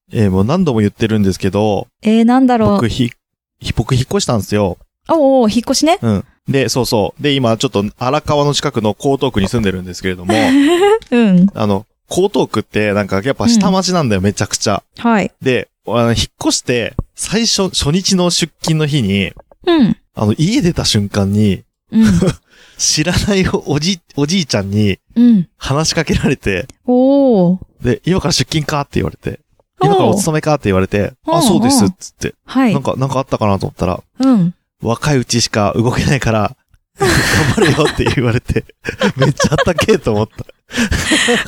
もう何度も言ってるんですけど。 なんだろう。 僕引っ越したんですよ。 おう、引っ越しね。 うん。で、そうそう。で、今ちょっと荒川の近くの江東区に住んでるんですけれども。 うん。 江東区ってなんかやっぱ下町なんだよ、めちゃくちゃ。 はい。 で、引っ越して、初日の出勤の日に、 うん。 家出た瞬間に、 うん、 知らないおじいちゃんに、話しかけられて、で、今から出勤かって言われて、今からお勤めかって言われて、あ、そうですっつって、はい。なんかあったかなと思ったら、若いうちしか動けないから、頑張れよって言われて、めっちゃあったけえと思った。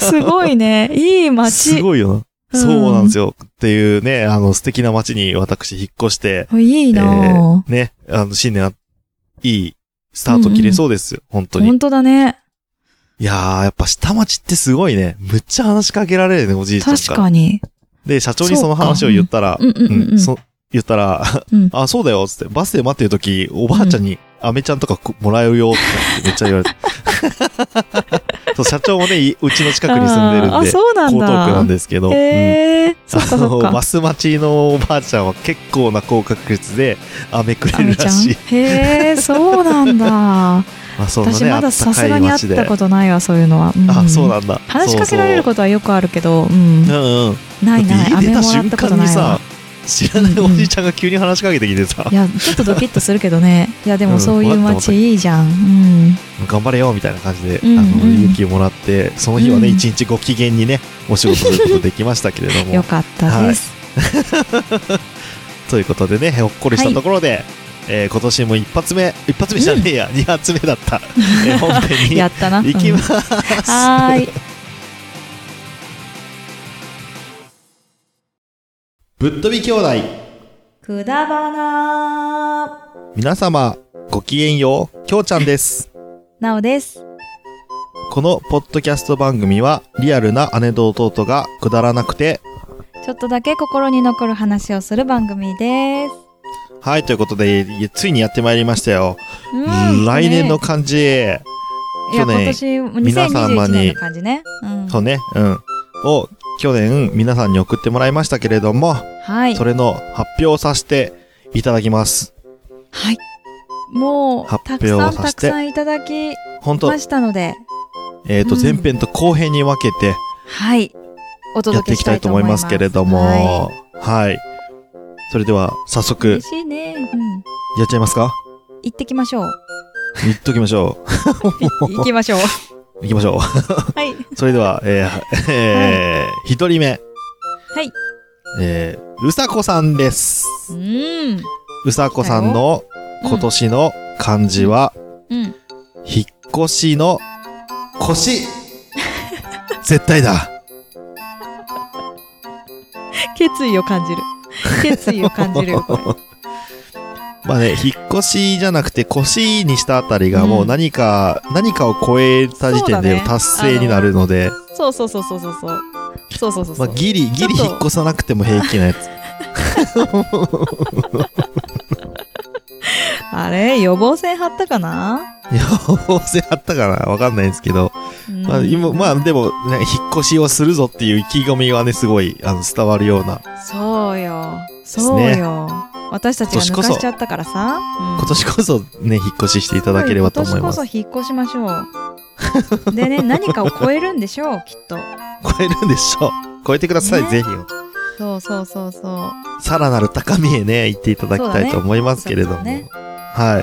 すごいね。いい街。 すごいよな。そうなんですよ。っていうね、素敵な街に私引っ越して、 いいなね、新年いいスタート切れそうですよ、本当に。 本当だね。 いやー、やっぱ下町ってすごいね。むっちゃ話しかけられるね、おじいちゃんから。 確かに。 で、社長にその話を言ったら、言ったら、あ、そうだよ、つって、バスで待ってる時、おばあちゃんに、アメちゃんとかもらえるよ、ってめっちゃ言われて。そう、社長もね、うちの近くに住んでるんで、江東区なんですけど、バス待ちのおばあちゃんは結構な高確率で、飴くれるらしい。 へー、そうなんだ。私まださすがに会ったことないわ、そういうのは。 あ、そうなんだ。 話しかけられることはよくあるけど、ない、飴もらったことないわ。 知らないおじいちゃんが急に話しかけてきてさ。 いや、ちょっとドキッとするけどね。いや、でもそういう街いいじゃん。 頑張れよ、みたいな感じで、勇気をもらって、その日はね、一日ご機嫌にね、お仕事することできましたけれども。 よかったです。 ということでね、ほっこりしたところで、今年も一発目じゃねえや、2発目だった、本編にやったな。 行きます。 はーい。 ぶっ飛び兄弟くだばな。 皆様ごきげんよう、きょうちゃんです。 なおです。 このポッドキャスト番組はリアルな姉と弟がくだらなくてちょっとだけ心に残る話をする番組です。 はい、ということでついにやってまいりましたよ。来年の漢字、 去年皆様に漢字ね、 そうね、を去年皆さんに送ってもらいましたけれども、はい、それの発表させていただきます。 はい。もうたくさんいただきましたので、 前編と後編に分けて、 はい、お届けしたいと思います。 やっていきたいと思いますけれども、はい。それでは早速、 嬉しいね。 やっちゃいますか？ 行ってきましょう。 行っときましょう。行きましょう。 行きましょう。 はい。 それでは、一人目。 はい。 うさこさんです。うさこさんの今年の漢字は、引っ越しの腰。絶対だ。 決意を感じる。決意を感じるよ、これ。 まあね、引っ越しじゃなくて腰にしたあたりがもう何かを超えた時点で達成になるので。 そう。 まあギリ引っ越さなくても平気なやつ。あれ予防線張ったかな？ 予防線張ったかな？わかんないんですけど。まあでもね、引っ越しをするぞっていう意気込みはね、すごい、伝わるような。 そうよ。そうよ。私たちが抜かしちゃったからさ。 今年こそね、引っ越ししていただければと思います。 今年こそ引っ越しましょう。でね、何かを超えるんでしょう、きっと。 超えるんでしょう。超えてください、ぜひ。 そう。 さらなる高みへね、行っていただきたいと思いますけれども。はい。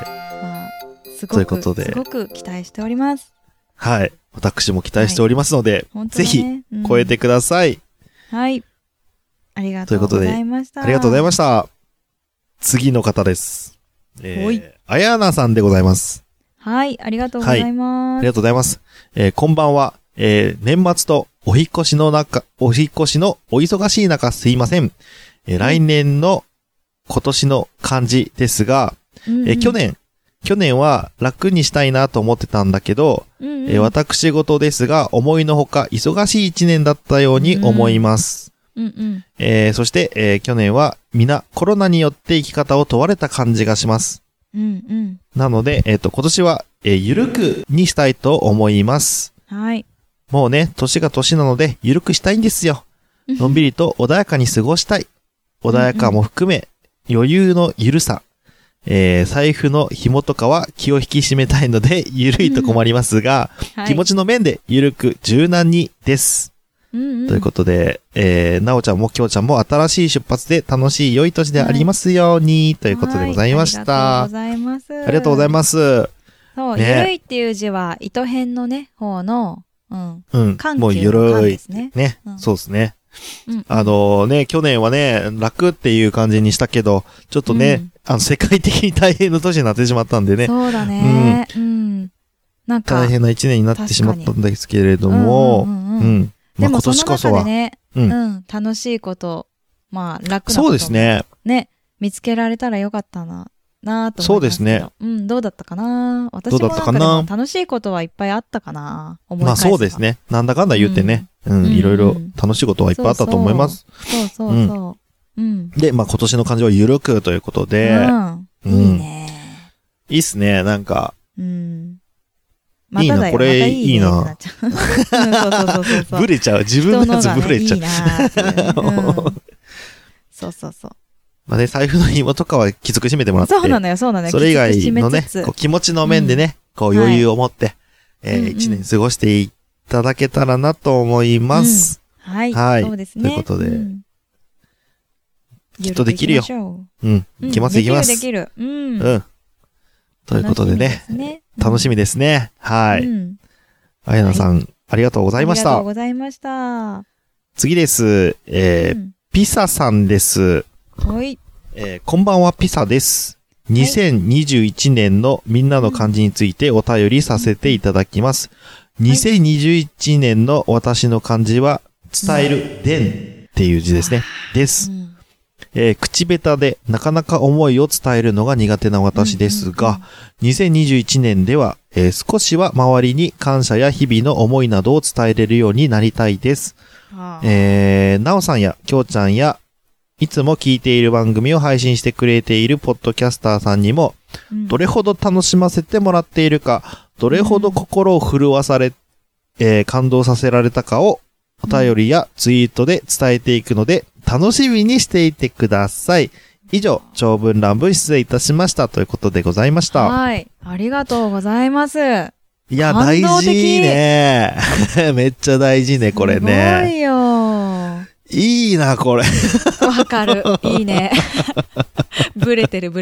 ということで。 すごく期待しております。 はい。私も期待しておりますので、ぜひ、超えてください。 はい。ありがとうございました。 ありがとうございました。次の方です。あやなさんでございます。 はい。ありがとうございます。 ありがとうございます。こんばんは。年末とお引っ越しのお忙しい中すいません。来年の今年の漢字ですが、去年は楽にしたいなと思ってたんだけど、私事ですが思いのほか忙しい一年だったように思います。そして、去年は皆コロナによって生き方を問われた感じがします。なので、今年は、ゆるくにしたいと思います。 はい。 もうね、年が年なので、ゆるくしたいんですよ。 のんびりと穏やかに過ごしたい。穏やかも含め、余裕のゆるさ。財布の紐とかは気を引き締めたいので、ゆるいと困りますが、気持ちの面でゆるく柔軟にです。ということで、なおちゃんもきょうちゃんも新しい出発で楽しい良い年でありますように、ということでございました。 ありがとうございます。 ありがとうございます。 そう、ゆるいっていう字は、糸辺のね、方の、 緩急の緩ですね。ね、そうですね。去年はね、楽っていう感じにしたけど、ちょっとね、世界的に大変な年になってしまったんでね。 そうだね。 なんか。大変な一年になってしまったんですけれども、 でもその中でね、楽しいこと、まあ楽なことそうですね。 ね、見つけられたらよかったなと思いますけど。 そうですね。 どうだったかな。私もなんかでも楽しいことはいっぱいあったかな。 まあそうですね。なんだかんだ言ってね、いろいろ楽しいことはいっぱいあったと思います。 そう。 で、まあ今年の漢字はゆるくということで、 いいね。 いいっすね、なんか。 いいな、 これいいな。ブレちゃう。自分のやつブレちゃう。 そう。 まあね、財布の紐とかはきつく締めてもらって。 そうなのよ。それ以外のね、気持ちの面でね、余裕を持って、一年過ごしていただけたらなと思います。 はい。そうですね。 ということで、きっとできるよ。いきます。 できる。 ということでね、楽しみですね。はい。あやなさん、ありがとうございました。 ありがとうございました。 次です。ピサさんです。 はい。 こんばんは、ピサです。2021年のみんなの漢字についてお便りさせていただきます。2021年の私の漢字は、伝える、でんっていう字ですね。です。口下手でなかなか思いを伝えるのが苦手な私ですが、2021年では、少しは周りに感謝や日々の思いなどを伝えれるようになりたいです。なおさんやきょうちゃんや、いつも聞いている番組を配信してくれているポッドキャスターさんにも、どれほど楽しませてもらっているか、どれほど心を震わされ、感動させられたかをお便りやツイートで伝えていくので、楽しみにしていてください。以上、長文乱文失礼いたしましたということでございました。 はい。ありがとうございます。 いや、大事ね。めっちゃ大事ね、これね。 すごいよ。 いいな、これ。 わかる。いいね。ブレてる。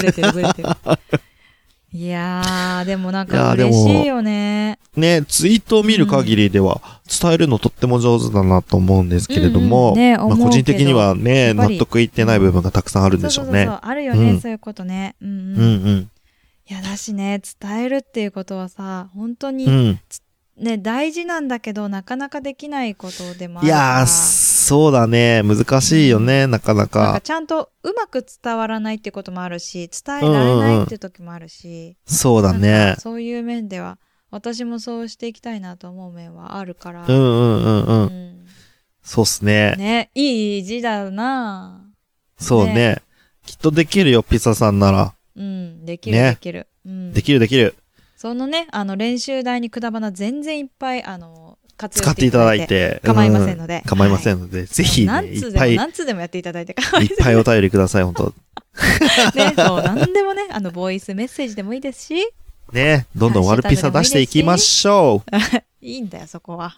いやー、でもなんか嬉しいよね。 ね、ツイートを見る限りでは、伝えるのとっても上手だなと思うんですけれども、まあ個人的にはね、納得いってない部分がたくさんあるんでしょうね。 そう、あるよね、そういうことね。いや、だしね、伝えるっていうことはさ、本当に、ね、大事なんだけど、なかなかできないことでもあるから。いやー、 そうだね。難しいよね、なかなか。 なんかちゃんとうまく伝わらないっていうこともあるし、伝えられないっていう時もあるし。 そうだね。 そういう面では、私もそうしていきたいなと思う面はあるから。 そうっすね。 ね、いい字だな。 そうね。きっとできるよ、ピザさんなら。 できる。 できる。 そのね、練習台にくだばな全然いっぱい、活用使っていただいて。 構いませんので。 構いませんので、ぜひね、いっぱい。 何通でもやっていただいていっぱいお便りください、本当ね、そう、何でもね、ボイスメッセージでもいいですし。 ね、どんどんワルピザ出していきましょう。 いいんだよ、そこは。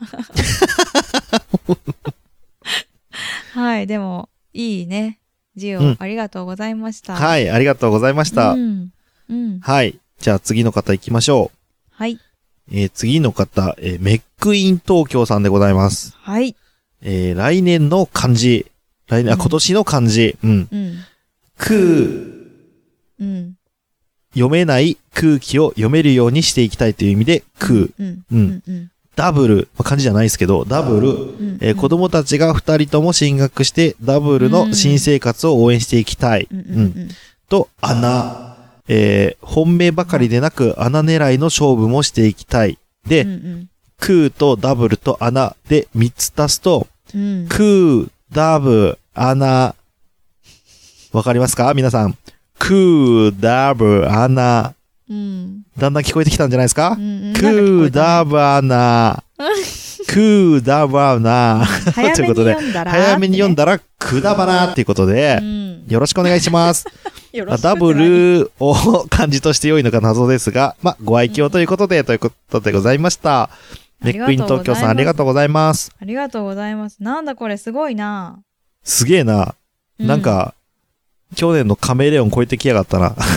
はい、でも、いいね。字をありがとうございました。 はい、ありがとうございました。はい。じゃあ次の方行きましょう。 はい。 次の方、メックイン東京さんでございます。 はい。 来年の漢字。今年の漢字。読めない空気を読めるようにしていきたいという意味で、ダブル、漢字じゃないですけど、ダブル、子供たちが2人とも進学して、ダブルの新生活を応援していきたい。と、穴。本命ばかりでなく穴狙いの勝負もしていきたい。で、空とダブルと穴で3つ足すと、空、ダブ、穴。わかりますか皆さん。空、ダブ、穴。だんだん聞こえてきたんじゃないですか空、ダブ、穴。 くだばな。 早めに読んだら、 早めに読んだら、くだばなっていうことで、よろしくお願いします。ダブルを漢字として良いのか謎ですが、ご愛嬌ということで、ということでございました。メックイン東京さんありがとうございます。 ありがとうございます。なんだこれすごいな。 すげえな。なんか、去年のカメレオン超えてきやがったな。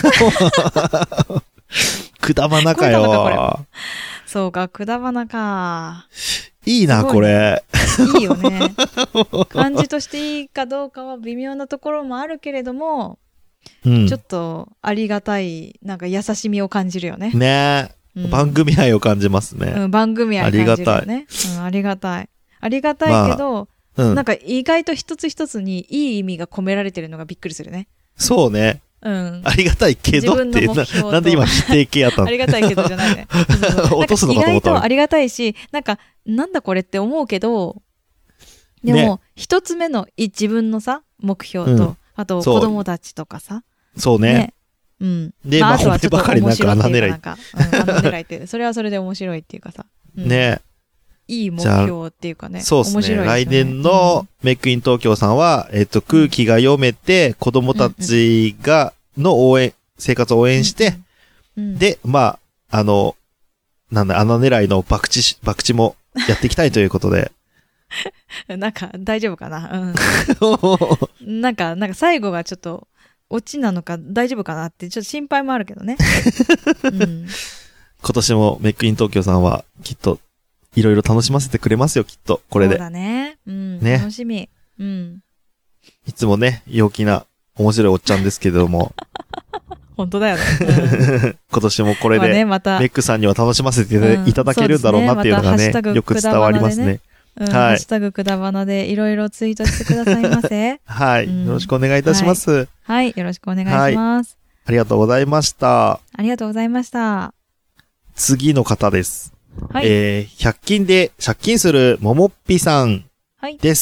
くだばなかよ。 そうか、くだばなか。 いいな、これ。 いいよね。漢字としていいかどうかは微妙なところもあるけれども、ちょっとありがたい、なんか優しみを感じるよね。 ねえ、番組愛を感じますね。 番組愛感じるよね。ありがたい。ありがたいけど、なんか意外と一つ一つにいい意味が込められてるのがびっくりするね。 そうね。ありがたいけどって、なんで今否定形やったの？ ありがたいけどじゃないね。 落とすのかと思った。 意外とありがたいし、なんだこれって思うけど、でも、一つ目の自分のさ、目標と、あと子供たちとかさ。 そうね。で、 あとはちょっと面白いっていうか、 穴狙いって、それはそれで面白いっていうかさ。 ね。 いい目標っていうかね。 そうですね。来年のメックイン東京さんは、空気が読めて、子供たちの生活を応援して、で、穴狙いの博打もやっていきたいということで。 なんか、大丈夫かななんか最後がちょっと、オチなのか大丈夫かなって、ちょっと心配もあるけどね。 今年もメックイン東京さんは、きっと、いろいろ楽しませてくれますよ、きっと。これで。 そうだね。ね。楽しみ。 いつもね、陽気な、面白いおっちゃんですけれども。 本当だよね。 今年もこれで、メックさんには楽しませていただけるんだろうなっていうのがね、よく伝わりますね。 ハッシュタグくだばなでいろいろツイートしてくださいませ。 はい。よろしくお願いいたします。 はい。よろしくお願いします。 ありがとうございました。 ありがとうございました。 次の方です。 はい。 100均で借金するももっぴさんです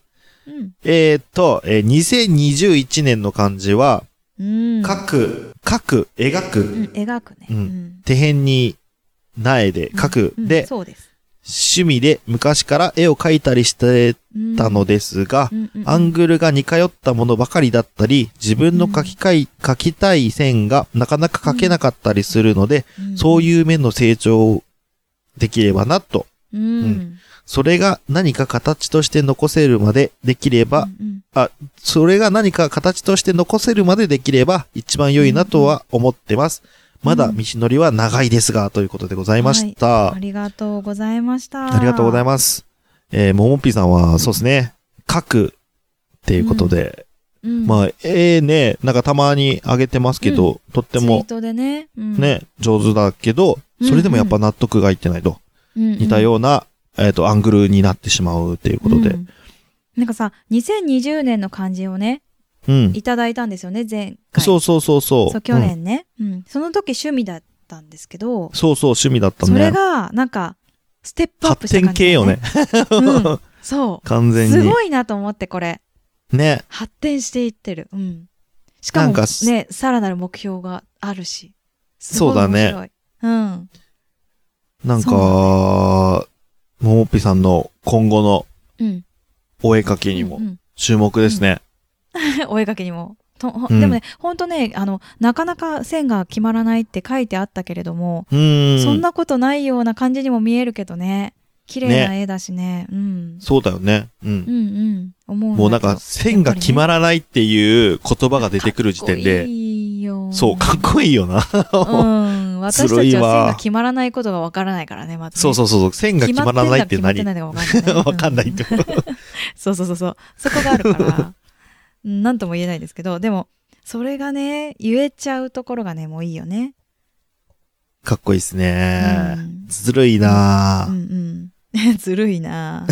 。2021年の漢字は、描く、描く。 描くね。 手辺に苗で描く。で、 そうです。 趣味で昔から絵を描いたりしてたのですが、アングルが似通ったものばかりだったり、自分の描きたい線がなかなか描けなかったりするので、そういう面の成長をできればなと。それが何か形として残せるまでできれば、それが何か形として残せるまでできれば一番良いなとは思ってます。まだ道のりは長いですが、ということでございました。 ありがとうございました。 ありがとうございます。ももっぴさんは、そうですね、書くっていうことで、ね、なんかたまにあげてますけど、とっても、 ツイートでね、 上手だけど、それでもやっぱ納得がいってないと。似たような、アングルになってしまうっていうことで。 なんかさ、2020年の漢字をね、いただいたんですよね、前回。 そう、去年ね。その時趣味だったんですけど。 趣味だったね。 それが、なんか、ステップアップした感じ、ね。 発展系よね。 そう。 完全に。 すごいなと思って、これ。 ね。 発展していってる。しかもね、さらなる目標があるし。 そうだね。なんか、ももっぴさんの今後のお絵描きにも注目ですね。 お絵描きにも。でもね、ほんとね、なかなか線が決まらないって書いてあったけれども、そんなことないような感じにも見えるけどね。綺麗な絵だしね。 そうだよね。もうなんか線が決まらないっていう言葉が出てくる時点で、そう、かっこいいよな。 私たちは線が決まらないことがわからないからね、まず、 そう、線が決まらないって何？ 決まってないのかわかんない、ね。 わかんないって。 そう。そこがあるから、なんとも言えないですけど、でも、それがね、言えちゃうところがね、もういいよね。 かっこいいですね。ずるいなずるいな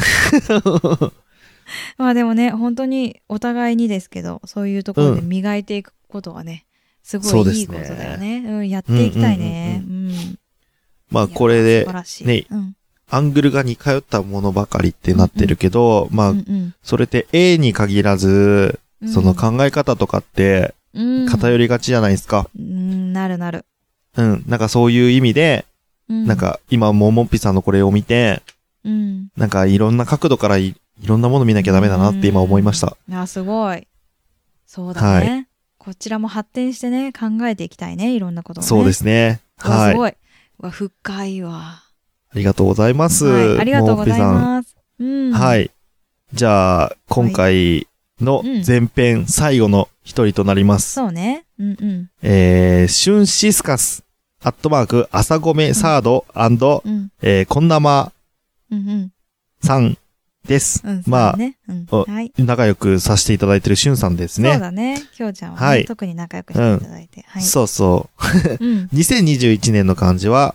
まあでもね、本当にお互いにですけど、そういうところで磨いていくことはね、すごいいいことだよね。やっていきたいね。 まあこれで、ね、アングルが似通ったものばかりってなってるけど、まあ、それって絵に限らず、その考え方とかって、偏りがちじゃないですか。 なる。 なんかそういう意味で、なんか今、ももっぴさんのこれを見て、 うん。 なんかいろんな角度からいろんなもの見なきゃダメだなって今思いました。 すごい。そうだね。はい、こちらも発展してね、考えていきたいね、いろんなことをね。 そうですね。はい。 すごい。深いわ。 ありがとうございます。 はい、ありがとうございます。うん。 はい。じゃあ、今回の前編最後の一人となります。 そうね。うんうん。 シュンシスカス、@朝米サード&、こんなまさんです。まあ、仲良くさせていただいてるシュンさんですね。 そうだね。きょうちゃんは、ね、特に仲良くしていただいて。はい、 そうそう。2021年の漢字は、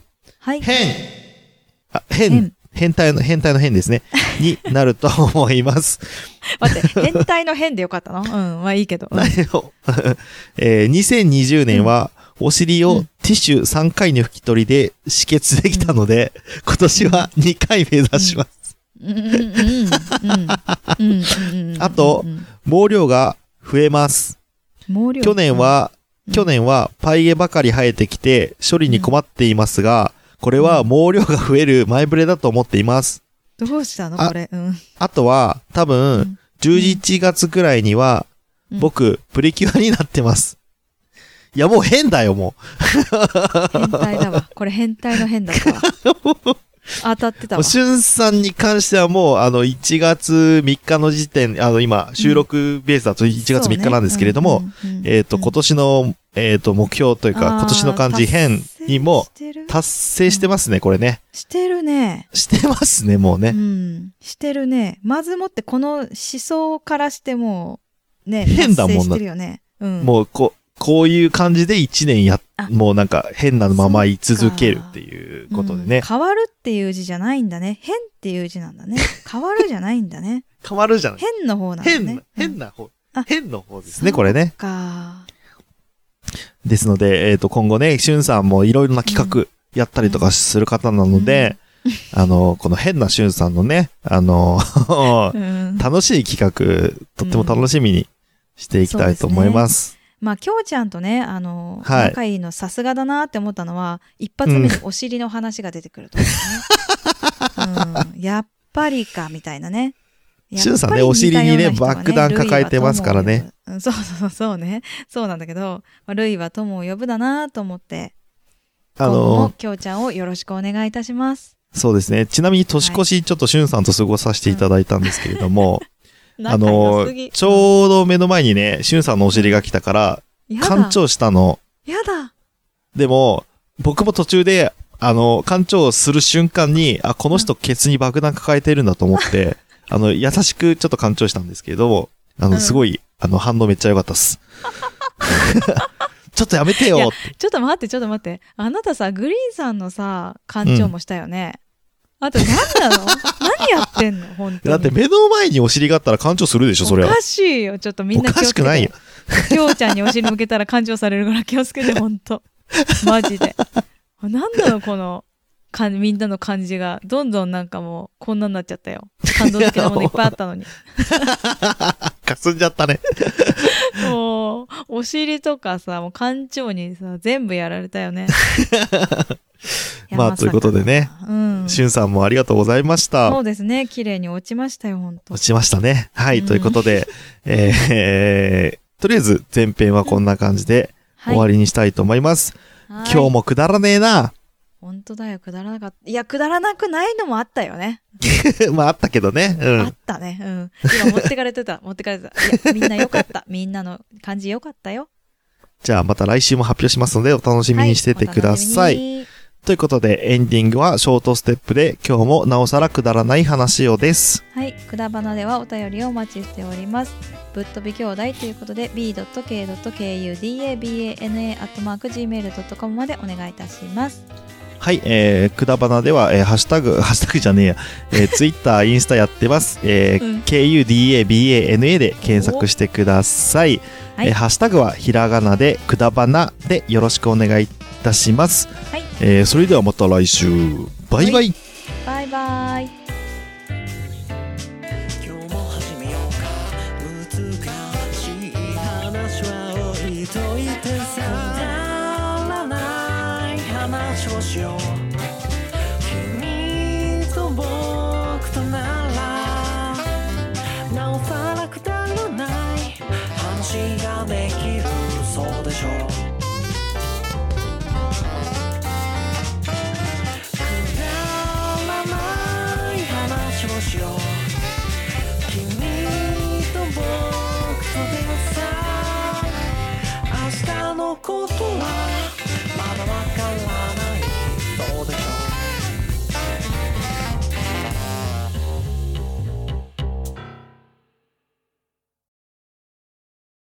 変態の変ですね。になると思います。 待って、変態の変でよかったの？まあいいけど。 2020年は、お尻をティッシュ3回の拭き取りで止血できたので、今年は2回目指します。あと、毛量が増えます。去年はパイエばかり生えてきて処理に困っていますが、これは毛量が増える前触れだと思っています。 どうしたのこれ。 あとは、多分、11月くらいには、僕、プリキュアになってます。いや、もう変だよ、もう。変態だわ。これ変態の変だったわ。当たってたわ。 しゅんさんに関してはもう、1月3日の時点、今、収録ベースだと1月3日なんですけれども、今年の、目標というか、今年の漢字変にも達成してますね、これね。 してるね。 してますね、もうね。 してるね。まずもってこの思想からしても、ね、 変だもんな。 してるよね。 もうこういう感じで1年もうなんか変なまま居続けるっていうことでね。 変わるっていう字じゃないんだね。変っていう字なんだね。変わるじゃないんだね。 変わるじゃない。 変の方なんだね。 変な方。変の方ですね、これね。 か。 ですので、今後ね、しゅんさんもいろいろな企画やったりとかする方なので、この変なしゅんさんのね、楽しい企画、とっても楽しみにしていきたいと思います。 まあ、きょうちゃんとね、仲いいのさすがだなって思ったのは、一発目にお尻の話が出てくるとね。やっぱりか、みたいなね。 しゅんさんね、お尻にね、爆弾抱えてますからね。 そうね。そうなんだけど、ルイは友を呼ぶだなと思って、今後もきょうちゃんをよろしくお願いいたします。 そうですね。ちなみに年越しちょっとしゅんさんと過ごさせていただいたんですけれども、ちょうど目の前にね、しゅんさんのお尻が来たから、干潮したの。 やだ。 でも、僕も途中で、干潮する瞬間に、この人ケツに爆弾抱えてるんだと思って、優しくちょっと干潮したんですけど、すごい、反応めっちゃ良かったっす。ちょっとやめてよって。 ちょっと待って。あなたさ、グリーンさんのさ、干潮もしたよね。あと何なの？何やってんの本当に。 だって目の前にお尻があったら干潮するでしょ、それは。 おかしいよ。ちょっとみんな気をつけて。 おかしくないよ。 きょうちゃんにお尻向けたら干潮されるから気をつけて、ほんと。マジで。なんなのこの、みんなの感じが。どんどんなんかもう、こんなになっちゃったよ。感動的なものいっぱいあったのに。 かすんじゃったね。 もう、お尻とかさ、もう干潮にさ、全部やられたよね。 まあ、ということでね。しゅんさんもありがとうございました。 そうですね。綺麗に落ちましたよ、ほんと。 落ちましたね。はい、ということで、とりあえず前編はこんな感じで終わりにしたいと思います。今日もくだらねえな。 ほんとだよ、くだらなかった。いや、くだらなくないのもあったよね。 まあ、あったけどね。 あったね。今持ってかれてた。いや、みんなよかった。みんなの感じよかったよ。 じゃあまた来週も発表しますのでお楽しみにしててください。ということでエンディングはショートステップで今日もなおさらくだらない話をです。 はい、くだばなではお便りをお待ちしております。ぶっ飛び兄弟ということで b.k.kudabana@gmail.com までお願いいたします。 はい、くだばなでは、ハッシュタグじゃねえや、ツイッター、インスタやってます。KUDABANA で検索してください。はい、ハッシュタグはひらがなでくだばなでよろしくお願いいたします。はい、それではまた来週。バイバイ。 はい、バイバイ。今日も始めようか。難しい話は置いといてさ。くだらない話をしよう。君と僕星がめきるそうでしょう